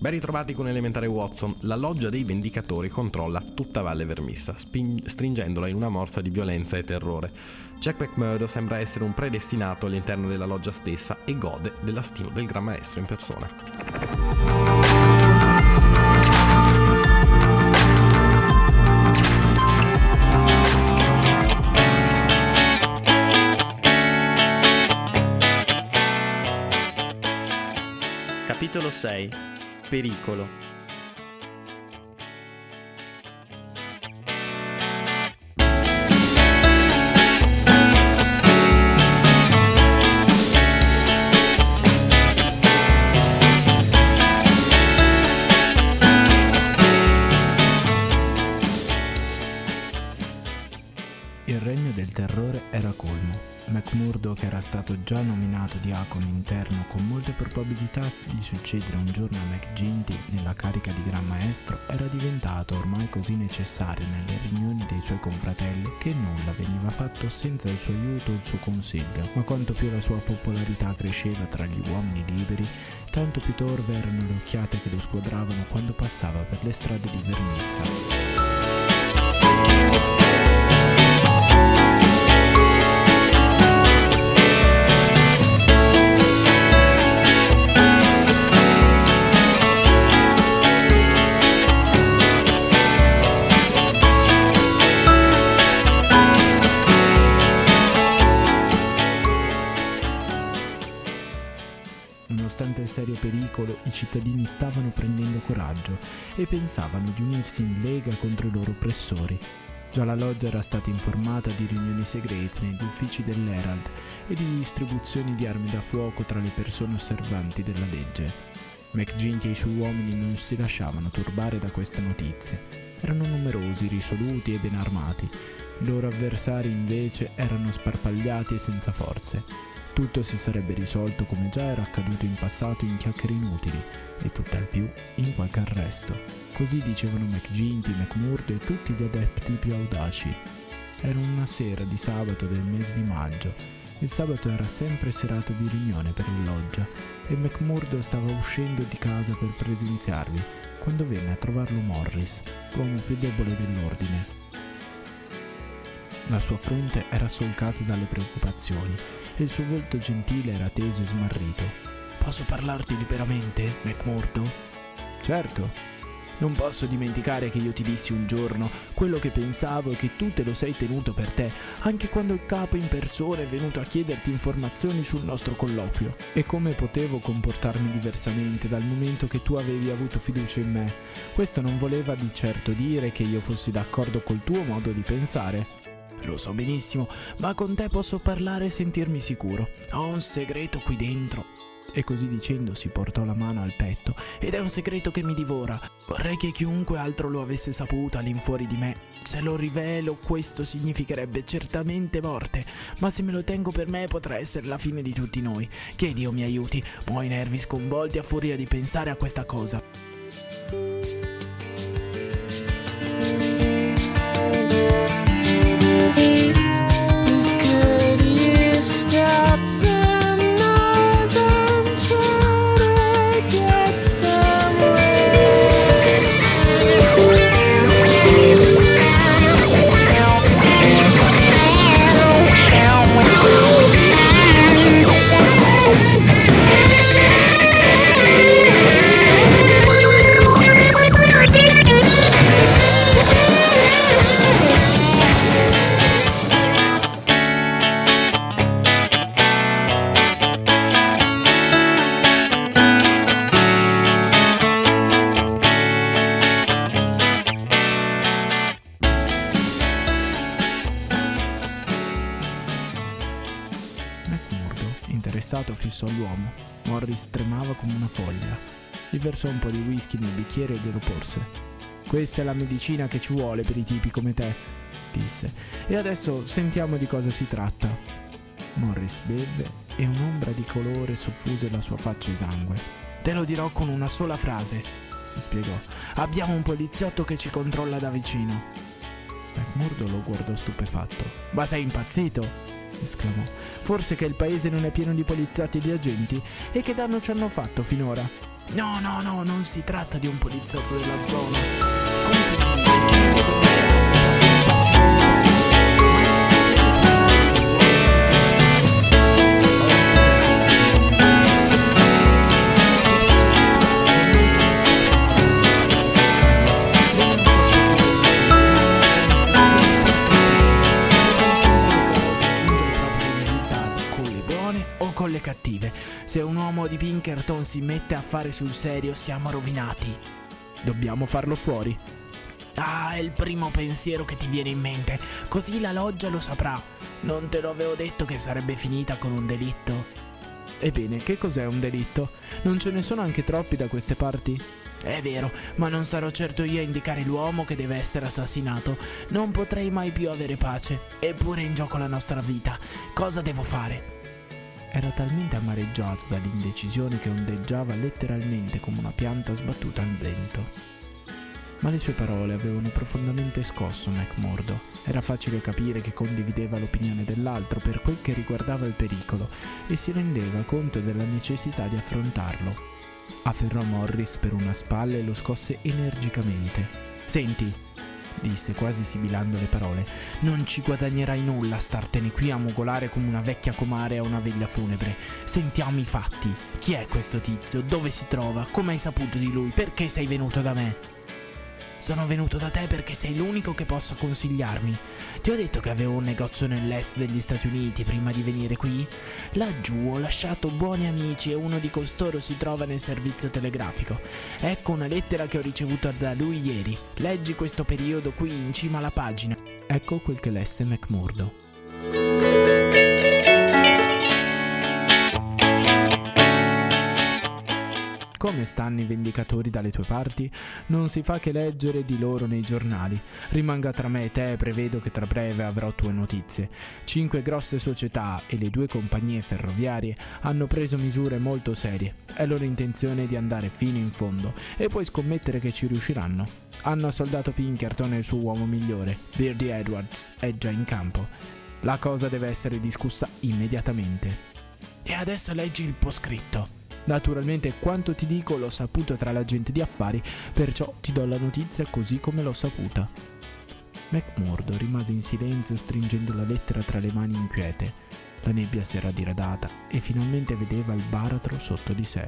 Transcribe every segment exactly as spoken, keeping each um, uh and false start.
Ben ritrovati con Elementare Watson. La loggia dei Vendicatori controlla tutta Valle Vermissa, sping- stringendola in una morsa di violenza e terrore. Jack McMurdo sembra essere un predestinato all'interno della loggia stessa e gode della stima del Gran Maestro in persona. Capitolo sei. Pericolo. Il regno del terrore era colmo. McMurdo, che era stato già nominato diacono interno con molte probabilità di succedere un giorno a McGinty nella carica di Gran Maestro, era diventato ormai così necessario nelle riunioni dei suoi confratelli che nulla veniva fatto senza il suo aiuto o il suo consiglio, ma quanto più la sua popolarità cresceva tra gli uomini liberi, tanto più torve erano le occhiate che lo squadravano quando passava per le strade di Vermissa. Nonostante il serio pericolo, i cittadini stavano prendendo coraggio e pensavano di unirsi in lega contro i loro oppressori. Già la loggia era stata informata di riunioni segrete negli uffici dell'Herald e di distribuzioni di armi da fuoco tra le persone osservanti della legge. McGinty e i suoi uomini non si lasciavano turbare da queste notizie. Erano numerosi, risoluti e ben armati. I loro avversari invece erano sparpagliati e senza forze. Tutto si sarebbe risolto come già era accaduto in passato in chiacchiere inutili e tutt'al più in qualche arresto. Così dicevano McGinty, McMurdo e tutti gli adepti più audaci. Era una sera di sabato del mese di maggio. Il sabato era sempre serata di riunione per la loggia e McMurdo stava uscendo di casa per presenziarvi quando venne a trovarlo Morris, l'uomo più debole dell'ordine. La sua fronte era solcata dalle preoccupazioni e il suo volto gentile era teso e smarrito. «Posso parlarti liberamente, McMurdo?» «Certo. Non posso dimenticare che io ti dissi un giorno quello che pensavo e che tu te lo sei tenuto per te, anche quando il capo in persona è venuto a chiederti informazioni sul nostro colloquio. E come potevo comportarmi diversamente dal momento che tu avevi avuto fiducia in me? Questo non voleva di certo dire che io fossi d'accordo col tuo modo di pensare. Lo so benissimo, ma con te posso parlare e sentirmi sicuro. Ho un segreto qui dentro». E così dicendo si portò la mano al petto. «Ed è un segreto che mi divora. Vorrei che chiunque altro lo avesse saputo all'infuori di me. Se lo rivelo, questo significherebbe certamente morte, ma se me lo tengo per me potrà essere la fine di tutti noi. Che Dio mi aiuti, ho i nervi sconvolti a furia di pensare a questa cosa». Interessato fissò l'uomo. Morris tremava come una foglia. Gli versò un po' di whisky nel bicchiere e glielo porse. «Questa è la medicina che ci vuole per i tipi come te», disse. «E adesso sentiamo di cosa si tratta». Morris bevve e un'ombra di colore soffuse la sua faccia esangue. «Te lo dirò con una sola frase», si spiegò. «Abbiamo un poliziotto che ci controlla da vicino». McMurdo lo guardò stupefatto. «Ma sei impazzito?» esclamò. «Forse che il paese non è pieno di poliziotti e di agenti? E che danno ci hanno fatto finora?» No, no, no, non si tratta di un poliziotto della zona. Come con le cattive. Se un uomo di Pinkerton si mette a fare sul serio, siamo rovinati. Dobbiamo farlo fuori. Ah, è il primo pensiero che ti viene in mente. Così la loggia lo saprà. Non te lo avevo detto che sarebbe finita con un delitto? Ebbene, che cos'è un delitto? Non ce ne sono anche troppi da queste parti? È vero, ma non sarò certo io a indicare l'uomo che deve essere assassinato. Non potrei mai più avere pace. Eppure è in gioco la nostra vita. Cosa devo fare? Era talmente amareggiato dall'indecisione che ondeggiava letteralmente come una pianta sbattuta al vento. Ma le sue parole avevano profondamente scosso McMurdo. Era facile capire che condivideva l'opinione dell'altro per quel che riguardava il pericolo e si rendeva conto della necessità di affrontarlo. Afferrò Morris per una spalla e lo scosse energicamente. «Senti», disse quasi sibilando le parole, «non ci guadagnerai nulla startene qui a mugolare come una vecchia comare a una veglia funebre. Sentiamo i fatti. Chi è questo tizio? Dove si trova? Come hai saputo di lui? Perché sei venuto da me?» «Sono venuto da te perché sei l'unico che possa consigliarmi. Ti ho detto che avevo un negozio nell'est degli Stati Uniti prima di venire qui? Laggiù ho lasciato buoni amici e uno di costoro si trova nel servizio telegrafico. Ecco una lettera che ho ricevuto da lui ieri. Leggi questo periodo qui in cima alla pagina». Ecco quel che lesse McMurdo. Come stanno i vendicatori dalle tue parti? Non si fa che leggere di loro nei giornali. Rimanga tra me e te, prevedo che tra breve avrò tue notizie. Cinque grosse società e le due compagnie ferroviarie hanno preso misure molto serie. È loro intenzione di andare fino in fondo e puoi scommettere che ci riusciranno. Hanno assoldato Pinkerton e il suo uomo migliore, Beardy Edwards, è già in campo. La cosa deve essere discussa immediatamente. E adesso leggi il poscritto. Naturalmente quanto ti dico l'ho saputo tra la gente di affari, perciò ti do la notizia così come l'ho saputa. McMurdo rimase in silenzio stringendo la lettera tra le mani inquiete. La nebbia si era diradata e finalmente vedeva il baratro sotto di sé.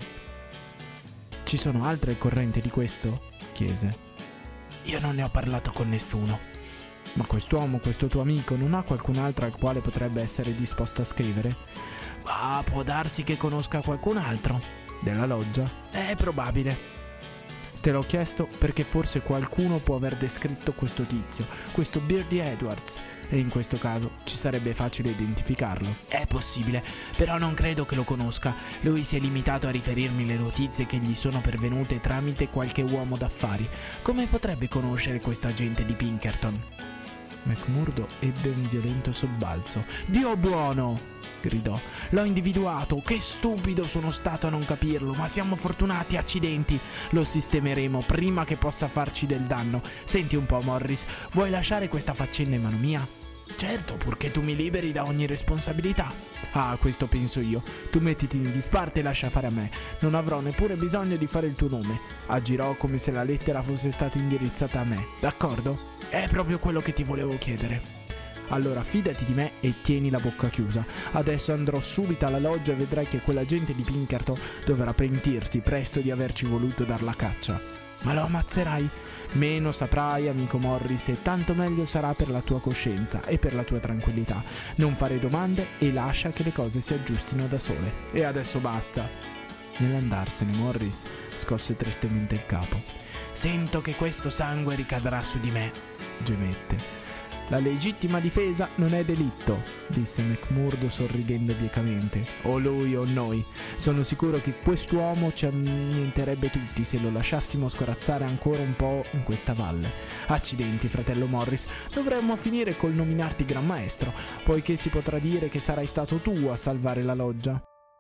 «Ci sono altre al corrente di questo?» chiese. «Io non ne ho parlato con nessuno». «Ma quest'uomo, questo tuo amico, non ha qualcun altro al quale potrebbe essere disposto a scrivere?» «Ah, può darsi che conosca qualcun altro. Della loggia?» «È probabile». «Te l'ho chiesto perché forse qualcuno può aver descritto questo tizio, questo Beardy Edwards, e in questo caso ci sarebbe facile identificarlo». «È possibile, però non credo che lo conosca. Lui si è limitato a riferirmi le notizie che gli sono pervenute tramite qualche uomo d'affari. Come potrebbe conoscere questo agente di Pinkerton?» McMurdo ebbe un violento sobbalzo. «Dio buono!» gridò. «L'ho individuato! Che stupido sono stato a non capirlo, ma siamo fortunati, accidenti! Lo sistemeremo prima che possa farci del danno. Senti un po', Morris, vuoi lasciare questa faccenda in mano mia?» «Certo, purché tu mi liberi da ogni responsabilità». «Ah, questo penso io. Tu mettiti in disparte e lascia fare a me. Non avrò neppure bisogno di fare il tuo nome. Agirò come se la lettera fosse stata indirizzata a me, d'accordo?» «È proprio quello che ti volevo chiedere». «Allora fidati di me e tieni la bocca chiusa. Adesso andrò subito alla loggia e vedrai che quella gente di Pinkerton dovrà pentirsi presto di averci voluto dar la caccia». «Ma lo ammazzerai?» «Meno saprai, amico Morris, e tanto meglio sarà per la tua coscienza e per la tua tranquillità. Non fare domande e lascia che le cose si aggiustino da sole. E adesso basta». Nell'andarsene Morris scosse tristemente il capo. «Sento che questo sangue ricadrà su di me», gemette. «La legittima difesa non è delitto», disse McMurdo sorridendo biecamente. «O lui o noi. Sono sicuro che quest'uomo ci annienterebbe tutti se lo lasciassimo scorazzare ancora un po' in questa valle. Accidenti, fratello Morris, dovremmo finire col nominarti Gran Maestro, poiché si potrà dire che sarai stato tu a salvare la loggia».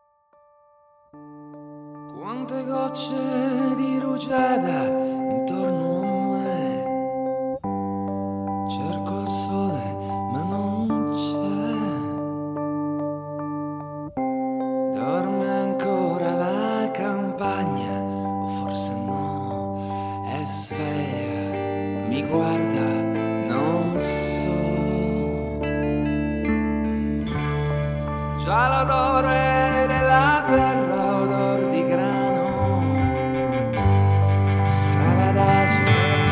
Quante gocce di rugiada intorno a me, cerco il sole ma non c'è, dorme ancora la campagna guarda, non so. Già l'odore della terra, odor di grano, sarà da girarsi.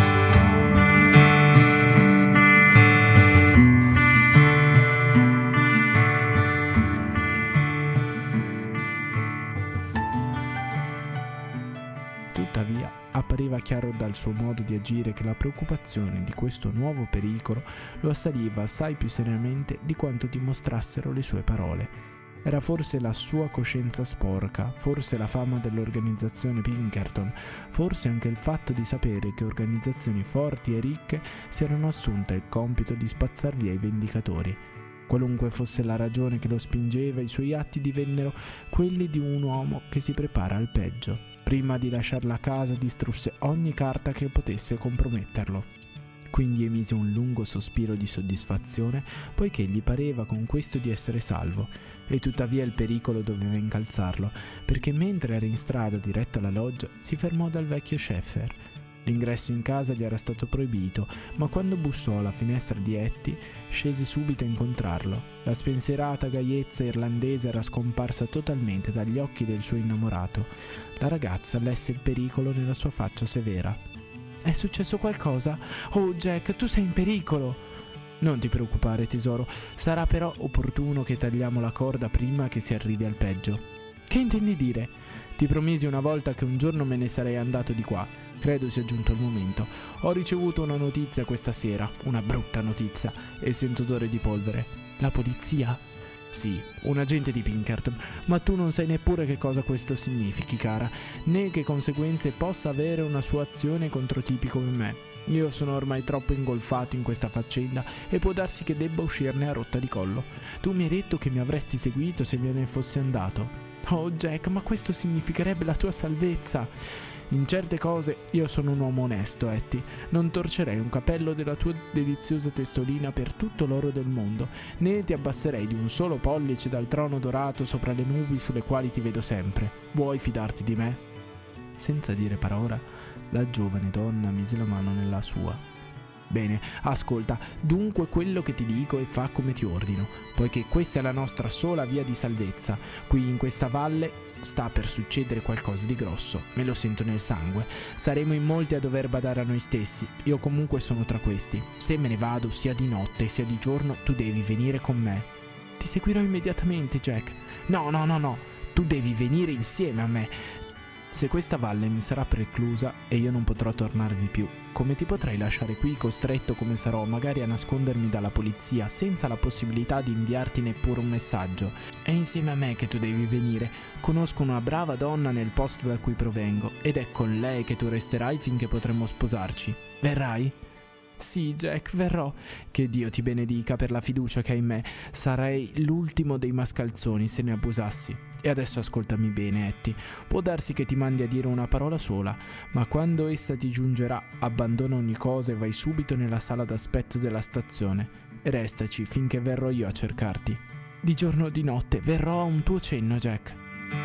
Tuttavia, appariva chiaro dal suo modo di agire che la preoccupazione di questo nuovo pericolo lo assaliva assai più seriamente di quanto dimostrassero le sue parole. Era forse la sua coscienza sporca, forse la fama dell'organizzazione Pinkerton, forse anche il fatto di sapere che organizzazioni forti e ricche si erano assunte il compito di spazzar via i vendicatori. Qualunque fosse la ragione che lo spingeva, i suoi atti divennero quelli di un uomo che si prepara al peggio. Prima di lasciar la casa distrusse ogni carta che potesse comprometterlo. Quindi emise un lungo sospiro di soddisfazione, poiché gli pareva con questo di essere salvo, e tuttavia il pericolo doveva incalzarlo, perché mentre era in strada diretto alla loggia si fermò dal vecchio Sheffer. L'ingresso in casa gli era stato proibito, ma quando bussò alla finestra di Etty scese subito a incontrarlo. La spensierata gaiezza irlandese era scomparsa totalmente dagli occhi del suo innamorato. La ragazza lesse il pericolo nella sua faccia severa. «È successo qualcosa? Oh Jack, tu sei in pericolo!» «Non ti preoccupare, tesoro, sarà però opportuno che tagliamo la corda prima che si arrivi al peggio». «Che intendi dire?» «Ti promisi una volta che un giorno me ne sarei andato di qua. Credo sia giunto il momento. Ho ricevuto una notizia questa sera, una brutta notizia, e sento odore di polvere». «La polizia?» «Sì, un agente di Pinkerton, ma tu non sai neppure che cosa questo significhi, cara, né che conseguenze possa avere una sua azione contro tipi come me. Io sono ormai troppo ingolfato in questa faccenda e può darsi che debba uscirne a rotta di collo. Tu mi hai detto che mi avresti seguito se me ne fossi andato». «Oh Jack, ma questo significherebbe la tua salvezza!» «In certe cose io sono un uomo onesto, Etty. Non torcerei un capello della tua deliziosa testolina per tutto l'oro del mondo, né ti abbasserei di un solo pollice dal trono dorato sopra le nubi sulle quali ti vedo sempre. Vuoi fidarti di me?» Senza dire parola, la giovane donna mise la mano nella sua. «Bene, ascolta, dunque quello che ti dico e fa come ti ordino, poiché questa è la nostra sola via di salvezza. Qui in questa valle sta per succedere qualcosa di grosso, me lo sento nel sangue. Saremo in molti a dover badare a noi stessi, io comunque sono tra questi. Se me ne vado sia di notte sia di giorno, tu devi venire con me». «Ti seguirò immediatamente, Jack». «No, no, no, no, tu devi venire insieme a me. Se questa valle mi sarà preclusa e io non potrò tornarvi più, come ti potrei lasciare qui costretto come sarò magari a nascondermi dalla polizia senza la possibilità di inviarti neppure un messaggio? È insieme a me che tu devi venire. Conosco una brava donna nel posto da cui provengo ed è con lei che tu resterai finché potremo sposarci. Verrai?» «Sì, Jack, verrò. Che Dio ti benedica per la fiducia che hai in me. Sarei l'ultimo dei mascalzoni se ne abusassi. E adesso ascoltami bene, Etty. Può darsi che ti mandi a dire una parola sola, ma quando essa ti giungerà, abbandona ogni cosa e vai subito nella sala d'aspetto della stazione. E restaci finché verrò io a cercarti. Di giorno o di notte verrò a un tuo cenno, Jack».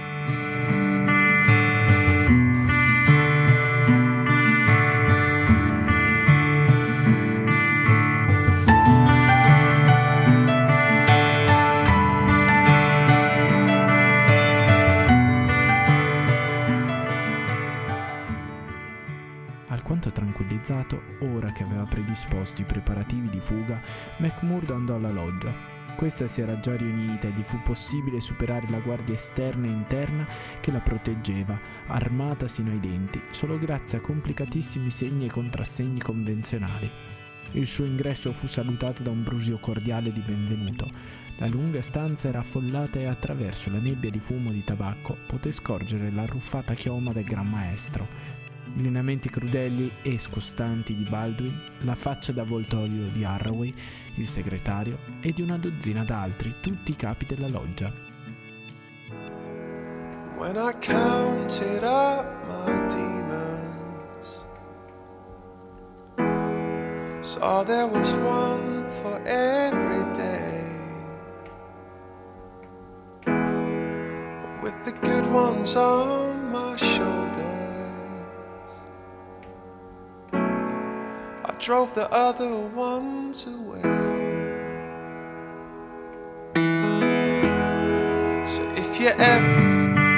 Alquanto tranquillizzato, ora che aveva predisposto i preparativi di fuga, McMurdo andò alla loggia. Questa si era già riunita e gli fu possibile superare la guardia esterna e interna che la proteggeva, armata sino ai denti, solo grazie a complicatissimi segni e contrassegni convenzionali. Il suo ingresso fu salutato da un brusio cordiale di benvenuto. La lunga stanza era affollata e attraverso la nebbia di fumo di tabacco poté scorgere l'arruffata chioma del Gran Maestro, i lineamenti crudeli e scostanti di Baldwin, la faccia d'avvoltoio di Harraway, il segretario, e di una dozzina d'altri, tutti i capi della loggia. When I counted up my demons, saw there was one for every day, but with the good ones on my shoulders, drove the other ones away. So if you ever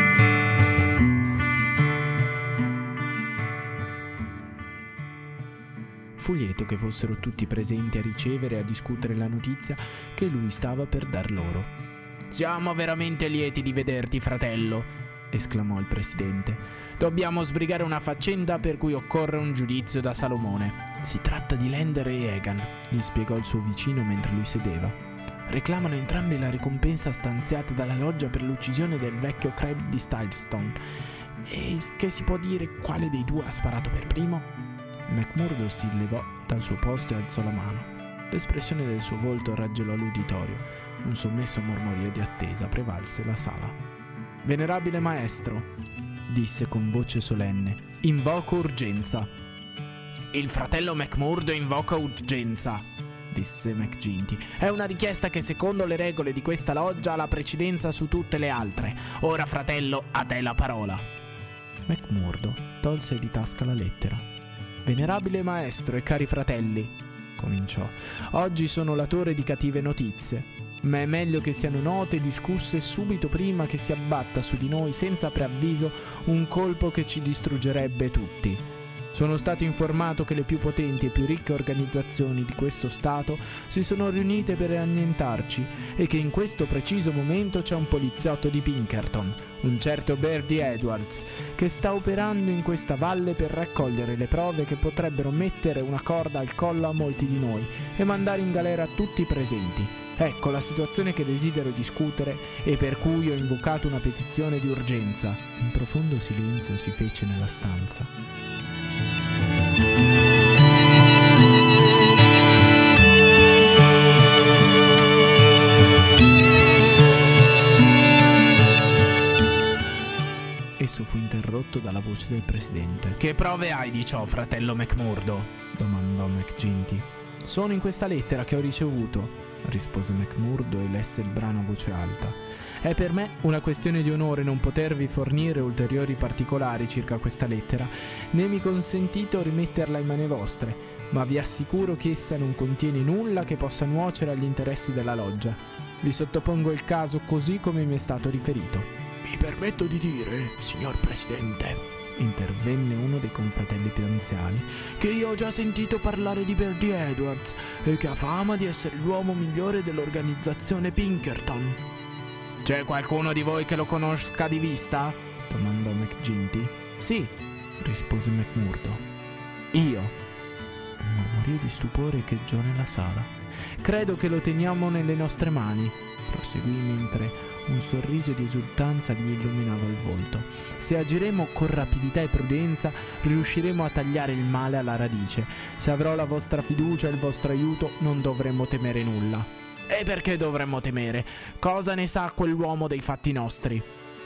Fu lieto che fossero tutti presenti a ricevere e a discutere la notizia che lui stava per dar loro. «Siamo veramente lieti di vederti, fratello», esclamò il presidente. «Dobbiamo sbrigare una faccenda per cui occorre un giudizio da Salomone». «Si tratta di Lander e Egan», gli spiegò il suo vicino mentre lui sedeva. «Reclamano entrambi la ricompensa stanziata dalla loggia per l'uccisione del vecchio Crab di Stylestone. E che si può dire quale dei due ha sparato per primo?» McMurdo si levò dal suo posto e alzò la mano. L'espressione del suo volto raggelò l'uditorio. Un sommesso mormorio di attesa prevalse la sala. «Venerabile maestro», disse con voce solenne, «invoco urgenza». «Il fratello McMurdo invoca urgenza», disse McGinty. «È una richiesta che secondo le regole di questa loggia ha la precedenza su tutte le altre. Ora, fratello, a te la parola». McMurdo tolse di tasca la lettera. «Venerabile maestro e cari fratelli», cominciò, «oggi sono latore di cattive notizie, ma è meglio che siano note e discusse subito prima che si abbatta su di noi senza preavviso un colpo che ci distruggerebbe tutti. Sono stato informato che le più potenti e più ricche organizzazioni di questo Stato si sono riunite per annientarci e che in questo preciso momento c'è un poliziotto di Pinkerton, un certo Birdie Edwards, che sta operando in questa valle per raccogliere le prove che potrebbero mettere una corda al collo a molti di noi e mandare in galera tutti i presenti. Ecco la situazione che desidero discutere e per cui ho invocato una petizione di urgenza». Un profondo silenzio si fece nella stanza. Esso fu interrotto dalla voce del presidente. «Che prove hai di ciò, fratello McMurdo?» domandò McGinty. «Sono in questa lettera che ho ricevuto», rispose McMurdo e lesse il brano a voce alta. «È per me una questione di onore non potervi fornire ulteriori particolari circa questa lettera, né mi consentito rimetterla in mani vostre, ma vi assicuro che essa non contiene nulla che possa nuocere agli interessi della loggia. Vi sottopongo il caso così come mi è stato riferito». «Mi permetto di dire, signor Presidente», intervenne uno dei confratelli più anziani, «che io ho già sentito parlare di Birdie Edwards e che ha fama di essere l'uomo migliore dell'organizzazione Pinkerton». «C'è qualcuno di voi che lo conosca di vista?» domandò McGinty. «Sì», rispose McMurdo. «Io». Un mormorio di stupore echeggiò nella sala. «Credo che lo teniamo nelle nostre mani», proseguì mentre un sorriso di esultanza gli illuminava il volto. «Se agiremo con rapidità e prudenza, riusciremo a tagliare il male alla radice. Se avrò la vostra fiducia e il vostro aiuto, non dovremmo temere nulla». «E perché dovremmo temere? Cosa ne sa quell'uomo dei fatti nostri?»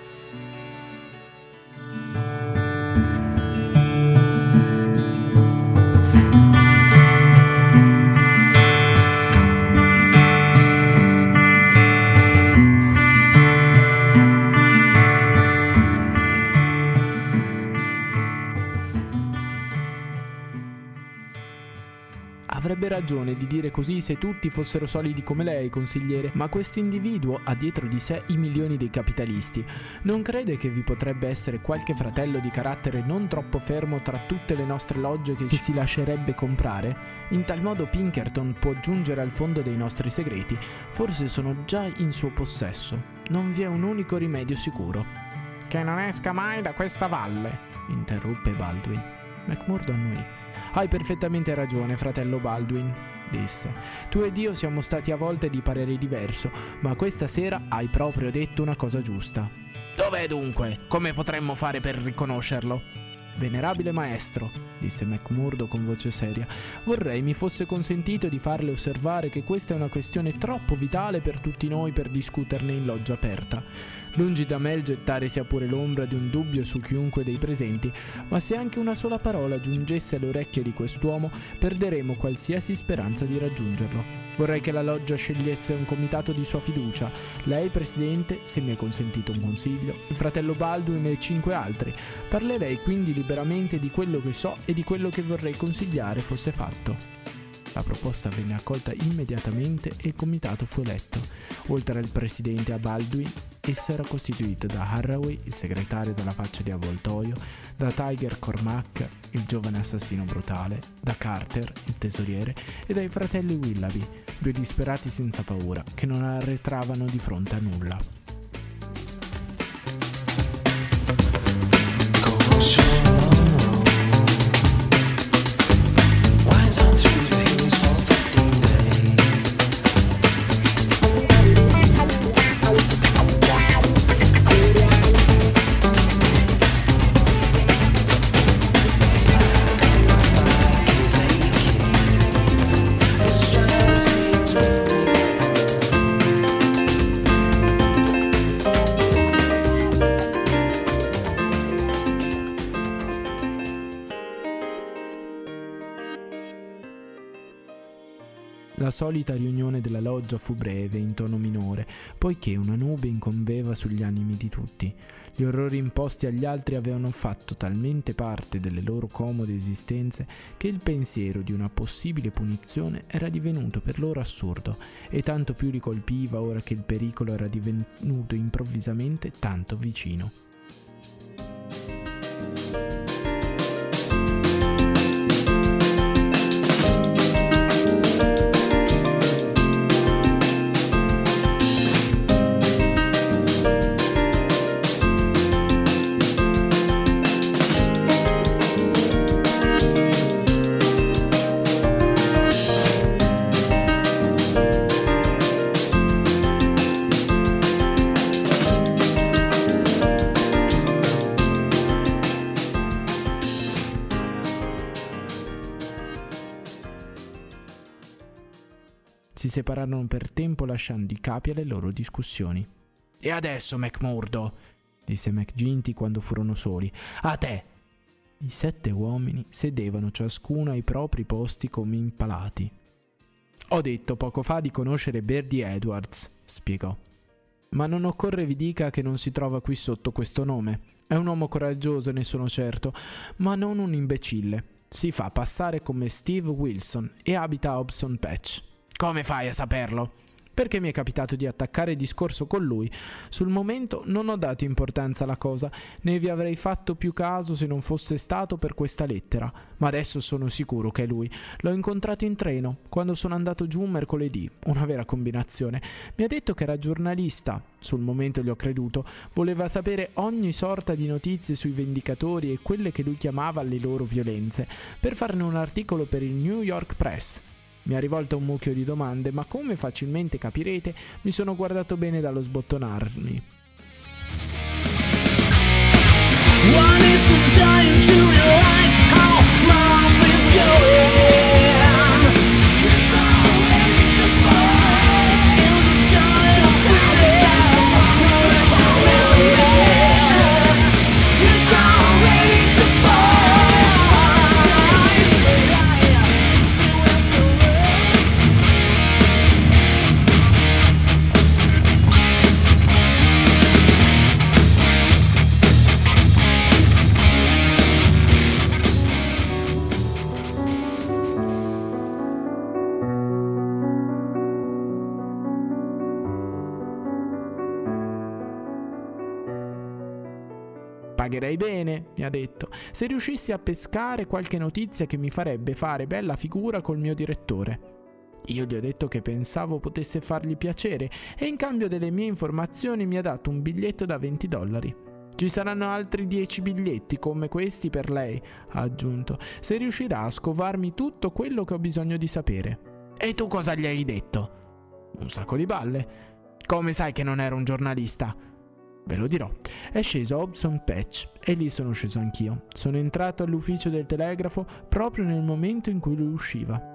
Avrebbe ragione di dire così se tutti fossero solidi come lei, consigliere, ma questo individuo ha dietro di sé i milioni dei capitalisti. Non crede che vi potrebbe essere qualche fratello di carattere non troppo fermo tra tutte le nostre logge che, che si lascerebbe comprare? In tal modo Pinkerton può giungere al fondo dei nostri segreti. Forse sono già in suo possesso. Non vi è un unico rimedio sicuro». «Che non esca mai da questa valle», interruppe Baldwin. McMurdo annuì. «Hai perfettamente ragione, fratello Baldwin», disse. «Tu ed io siamo stati a volte di parere diverso, ma questa sera hai proprio detto una cosa giusta». «Dov'è dunque? Come potremmo fare per riconoscerlo?» «Venerabile maestro», disse McMurdo con voce seria, «vorrei mi fosse consentito di farle osservare che questa è una questione troppo vitale per tutti noi per discuterne in loggia aperta. Lungi da me il gettare sia pure l'ombra di un dubbio su chiunque dei presenti, ma se anche una sola parola giungesse alle orecchie di quest'uomo, perderemo qualsiasi speranza di raggiungerlo. Vorrei che la loggia scegliesse un comitato di sua fiducia, lei presidente, se mi è consentito un consiglio, il fratello Baldwin e cinque altri. Parlerei quindi liberamente di quello che so e di quello che vorrei consigliare fosse fatto. La proposta venne accolta immediatamente e il comitato fu eletto. Oltre al presidente a Baldwin, esso era costituito da Haraway, il segretario dalla faccia di avvoltoio, da Tiger Cormac, il giovane assassino brutale, da Carter, il tesoriere, e dai fratelli Willoughby, due disperati senza paura, che non arretravano di fronte a nulla. La solita riunione della loggia fu breve, in tono minore, poiché una nube incombeva sugli animi di tutti. Gli orrori imposti agli altri avevano fatto talmente parte delle loro comode esistenze che il pensiero di una possibile punizione era divenuto per loro assurdo, e tanto più li colpiva ora che il pericolo era divenuto improvvisamente tanto vicino. Si separarono per tempo lasciando i capi alle loro discussioni. «E adesso, McMurdo?» disse McGinty quando furono soli. «A te!» I sette uomini sedevano ciascuno ai propri posti come impalati. «Ho detto poco fa di conoscere Birdie Edwards», spiegò. «Ma non occorre vi dica che non si trova qui sotto questo nome. È un uomo coraggioso, ne sono certo, ma non un imbecille. Si fa passare come Steve Wilson e abita a Hobson Patch». «Come fai a saperlo?» «Perché mi è capitato di attaccare discorso con lui. Sul momento non ho dato importanza alla cosa, né vi avrei fatto più caso se non fosse stato per questa lettera. Ma adesso sono sicuro che è lui. L'ho incontrato in treno, quando sono andato giù mercoledì. Una vera combinazione. Mi ha detto che era giornalista. Sul momento gli ho creduto. Voleva sapere ogni sorta di notizie sui vendicatori e quelle che lui chiamava le loro violenze, per farne un articolo per il New York Press. Mi ha rivolto un mucchio di domande, ma come facilmente capirete, mi sono guardato bene dallo sbottonarmi. «Pagherei bene», mi ha detto, «se riuscissi a pescare qualche notizia che mi farebbe fare bella figura col mio direttore». Io gli ho detto che pensavo potesse fargli piacere e in cambio delle mie informazioni mi ha dato un biglietto da venti dollari. «Ci saranno altri dieci biglietti come questi per lei», ha aggiunto, «se riuscirà a scovarmi tutto quello che ho bisogno di sapere». «E tu cosa gli hai detto?» «Un sacco di balle». «Come sai che non ero un giornalista?» «Ve lo dirò. È sceso a Hobson Patch e lì sono sceso anch'io. Sono entrato all'ufficio del telegrafo proprio nel momento in cui lui usciva.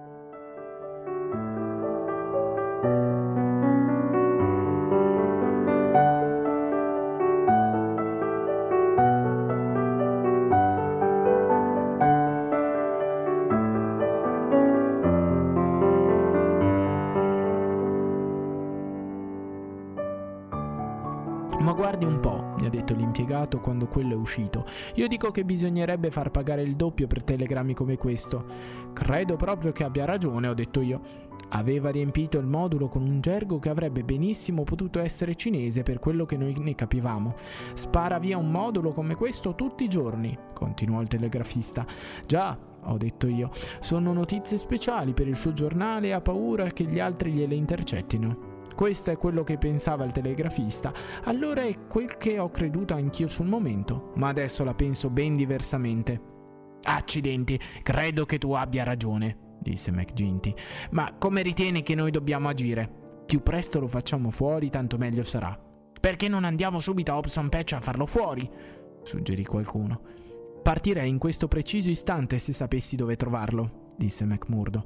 Guardi un po', mi ha detto l'impiegato quando quello è uscito. Io dico che bisognerebbe far pagare il doppio per telegrammi come questo. Credo proprio che abbia ragione, ho detto io. Aveva riempito il modulo con un gergo che avrebbe benissimo potuto essere cinese per quello che noi ne capivamo. Spara via un modulo come questo tutti i giorni, continuò il telegrafista. Già, ho detto io, sono notizie speciali per il suo giornale e ha paura che gli altri gliele intercettino. Questo è quello che pensava il telegrafista. Allora è quel che ho creduto anch'io sul momento, ma adesso la penso ben diversamente. Accidenti, credo che tu abbia ragione, disse McGinty. Ma come ritieni che noi dobbiamo agire? Più presto lo facciamo fuori, tanto meglio sarà. Perché non andiamo subito a Hobson Patch a farlo fuori? Suggerì qualcuno. Partirei in questo preciso istante se sapessi dove trovarlo, disse McMurdo.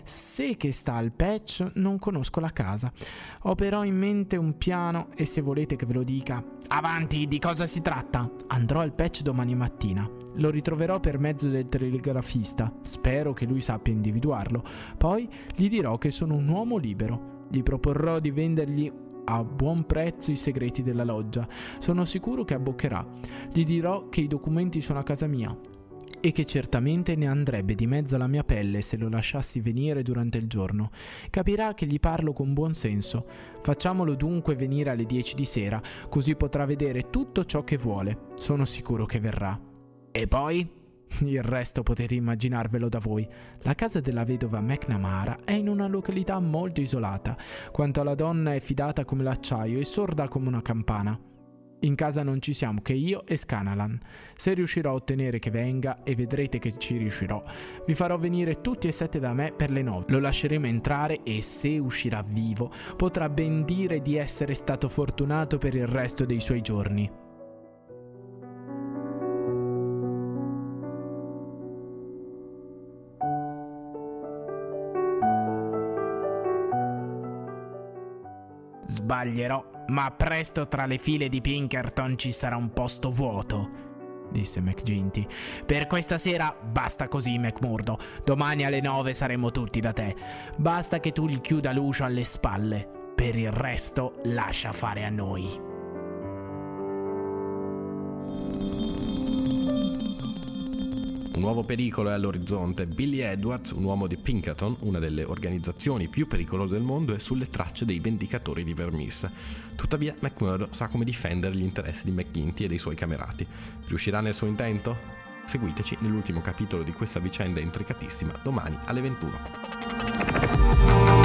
Se che sta al patch non conosco la casa. Ho però in mente un piano e se volete che ve lo dica. Avanti, di cosa si tratta? Andrò al patch domani mattina. Lo ritroverò per mezzo del telegrafista. Spero che lui sappia individuarlo. Poi gli dirò che sono un uomo libero. Gli proporrò di vendergli a buon prezzo i segreti della loggia. Sono sicuro che abboccherà. Gli dirò che i documenti sono a casa mia e che certamente ne andrebbe di mezzo alla mia pelle se lo lasciassi venire durante il giorno. Capirà che gli parlo con buon senso. Facciamolo dunque venire alle dieci di sera, così potrà vedere tutto ciò che vuole. Sono sicuro che verrà. E poi? Il resto potete immaginarvelo da voi. La casa della vedova McNamara è in una località molto isolata. Quanto alla donna è fidata come l'acciaio e sorda come una campana. In casa non ci siamo che io e Scanalan. Se riuscirò a ottenere che venga, e vedrete che ci riuscirò, vi farò venire tutti e sette da me per le nove. Lo lasceremo entrare e se uscirà vivo potrà ben dire di essere stato fortunato per il resto dei suoi giorni. Sbaglierò, ma presto tra le file di Pinkerton ci sarà un posto vuoto, disse McGinty. Per questa sera basta così, McMurdo. Domani alle nove saremo tutti da te. Basta che tu gli chiuda l'uscio alle spalle. Per il resto lascia fare a noi. Un nuovo pericolo è all'orizzonte. Billy Edwards, un uomo di Pinkerton, una delle organizzazioni più pericolose del mondo, è sulle tracce dei vendicatori di Vermis. Tuttavia McMurdo sa come difendere gli interessi di McGinty e dei suoi camerati. Riuscirà nel suo intento? Seguiteci nell'ultimo capitolo di questa vicenda intricatissima domani alle ventuno.